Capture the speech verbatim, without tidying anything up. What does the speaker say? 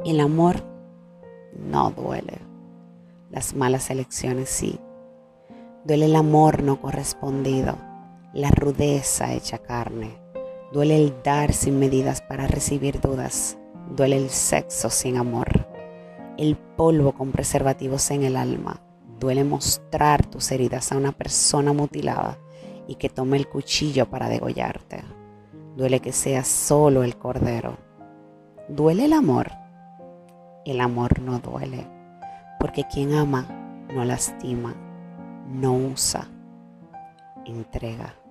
El amor no duele. Las malas elecciones sí. Duele el amor no correspondido, la rudeza hecha carne. Duele el dar sin medidas para recibir dudas. Duele el sexo sin amor. El polvo con preservativos en el alma. Duele mostrar tus heridas a una persona mutilada y que tome el cuchillo para degollarte. Duele que seas solo el cordero. ¿Duele el amor? El amor no duele, porque quien ama no lastima, no usa, entrega.